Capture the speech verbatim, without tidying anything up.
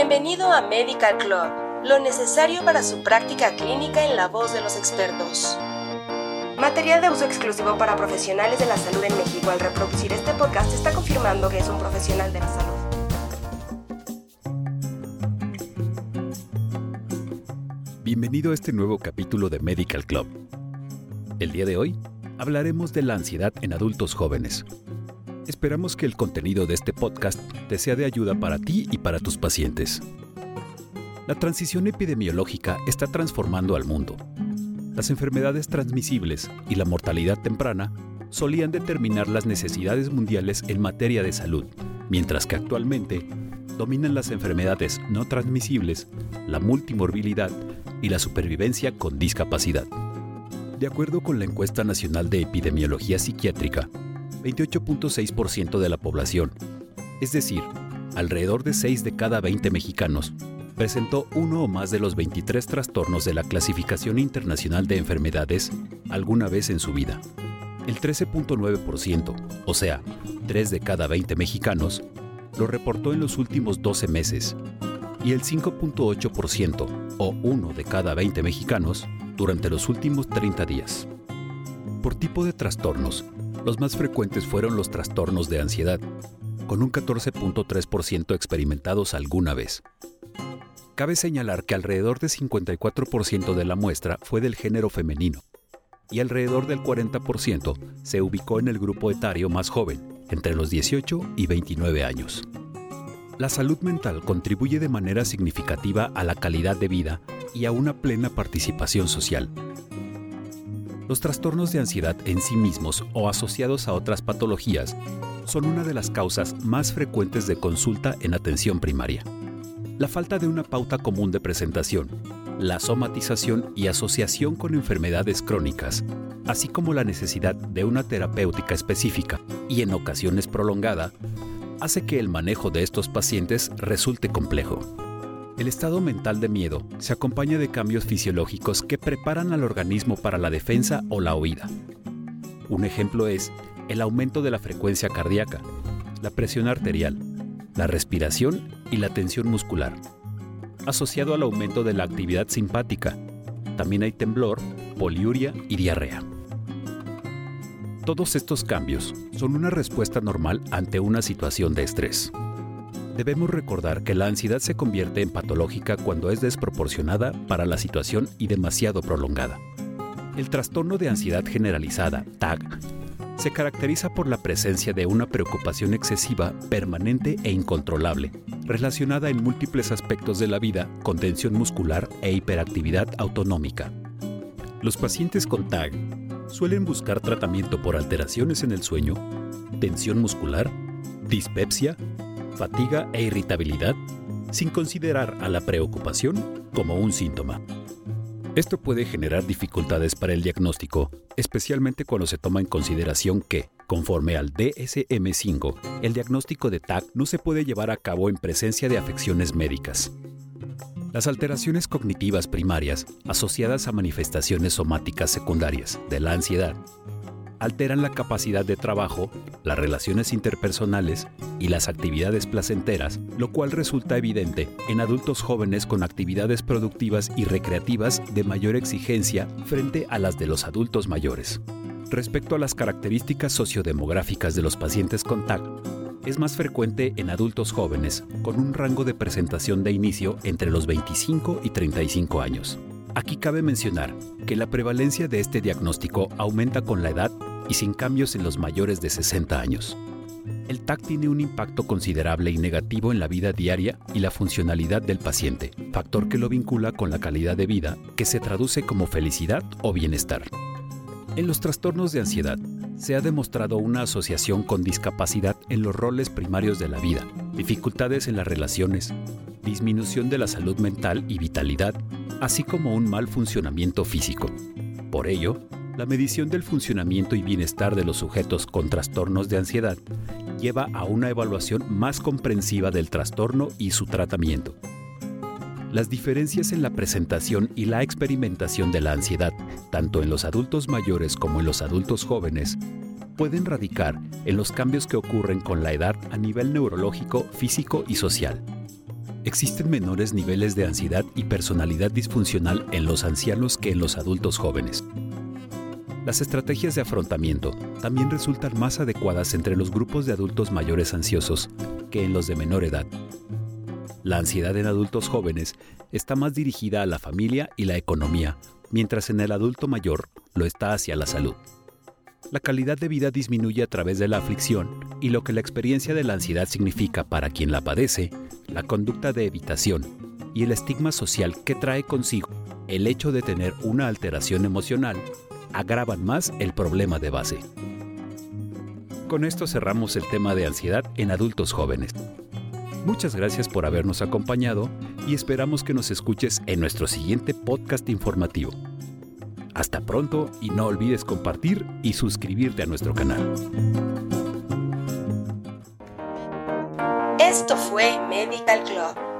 Bienvenido a Medical Club, lo necesario para su práctica clínica en la voz de los expertos. Material de uso exclusivo para profesionales de la salud en México. Al reproducir este podcast está confirmando que es un profesional de la salud. Bienvenido a este nuevo capítulo de Medical Club. El día de hoy hablaremos de la ansiedad en adultos jóvenes. Esperamos que el contenido de este podcast te sea de ayuda para ti y para tus pacientes. La transición epidemiológica está transformando al mundo. Las enfermedades transmisibles y la mortalidad temprana solían determinar las necesidades mundiales en materia de salud, mientras que actualmente dominan las enfermedades no transmisibles, la multimorbilidad y la supervivencia con discapacidad. De acuerdo con la Encuesta Nacional de Epidemiología Psiquiátrica, veintiocho punto seis por ciento de la población, es decir, alrededor de seis de cada veinte mexicanos, presentó uno o más de los veintitrés trastornos de la Clasificación Internacional de Enfermedades alguna vez en su vida. El trece punto nueve por ciento, o sea, tres de cada veinte mexicanos, lo reportó en los últimos doce meses, y el cinco punto ocho por ciento, o uno de cada veinte mexicanos, durante los últimos treinta días. Por tipo de trastornos, los más frecuentes fueron los trastornos de ansiedad, con un catorce punto tres por ciento experimentados alguna vez. Cabe señalar que alrededor de cincuenta y cuatro por ciento de la muestra fue del género femenino, y alrededor del cuarenta por ciento se ubicó en el grupo etario más joven, entre los dieciocho y veintinueve años. La salud mental contribuye de manera significativa a la calidad de vida y a una plena participación social. Los trastornos de ansiedad en sí mismos o asociados a otras patologías son una de las causas más frecuentes de consulta en atención primaria. La falta de una pauta común de presentación, la somatización y asociación con enfermedades crónicas, así como la necesidad de una terapéutica específica y en ocasiones prolongada, hace que el manejo de estos pacientes resulte complejo. El estado mental de miedo se acompaña de cambios fisiológicos que preparan al organismo para la defensa o la huida. Un ejemplo es el aumento de la frecuencia cardíaca, la presión arterial, la respiración y la tensión muscular. Asociado al aumento de la actividad simpática, también hay temblor, poliuria y diarrea. Todos estos cambios son una respuesta normal ante una situación de estrés. Debemos recordar que la ansiedad se convierte en patológica cuando es desproporcionada para la situación y demasiado prolongada. El trastorno de ansiedad generalizada, T A G, se caracteriza por la presencia de una preocupación excesiva, permanente e incontrolable, relacionada en múltiples aspectos de la vida con tensión muscular e hiperactividad autonómica. Los pacientes con T A G suelen buscar tratamiento por alteraciones en el sueño, tensión muscular, dispepsia, fatiga e irritabilidad, sin considerar a la preocupación como un síntoma. Esto puede generar dificultades para el diagnóstico, especialmente cuando se toma en consideración que, conforme al D S M cinco, el diagnóstico de T A G no se puede llevar a cabo en presencia de afecciones médicas. Las alteraciones cognitivas primarias, asociadas a manifestaciones somáticas secundarias de la ansiedad, alteran la capacidad de trabajo, las relaciones interpersonales y las actividades placenteras, lo cual resulta evidente en adultos jóvenes con actividades productivas y recreativas de mayor exigencia frente a las de los adultos mayores. Respecto a las características sociodemográficas de los pacientes con T A G, es más frecuente en adultos jóvenes, con un rango de presentación de inicio entre los veinticinco y treinta y cinco años. Aquí cabe mencionar que la prevalencia de este diagnóstico aumenta con la edad y sin cambios en los mayores de sesenta años. El T A G tiene un impacto considerable y negativo en la vida diaria y la funcionalidad del paciente, factor que lo vincula con la calidad de vida, que se traduce como felicidad o bienestar. En los trastornos de ansiedad, se ha demostrado una asociación con discapacidad en los roles primarios de la vida, dificultades en las relaciones, disminución de la salud mental y vitalidad, así como un mal funcionamiento físico. Por ello, la medición del funcionamiento y bienestar de los sujetos con trastornos de ansiedad lleva a una evaluación más comprensiva del trastorno y su tratamiento. Las diferencias en la presentación y la experimentación de la ansiedad, tanto en los adultos mayores como en los adultos jóvenes, pueden radicar en los cambios que ocurren con la edad a nivel neurológico, físico y social. Existen menores niveles de ansiedad y personalidad disfuncional en los ancianos que en los adultos jóvenes. Las estrategias de afrontamiento también resultan más adecuadas entre los grupos de adultos mayores ansiosos que en los de menor edad. La ansiedad en adultos jóvenes está más dirigida a la familia y la economía, mientras en el adulto mayor lo está hacia la salud. La calidad de vida disminuye a través de la aflicción y lo que la experiencia de la ansiedad significa para quien la padece, la conducta de evitación y el estigma social que trae consigo el hecho de tener una alteración emocional agravan más el problema de base. Con esto cerramos el tema de ansiedad en adultos jóvenes. Muchas gracias por habernos acompañado y esperamos que nos escuches en nuestro siguiente podcast informativo. Hasta pronto y no olvides compartir y suscribirte a nuestro canal. Esto fue Medical Club.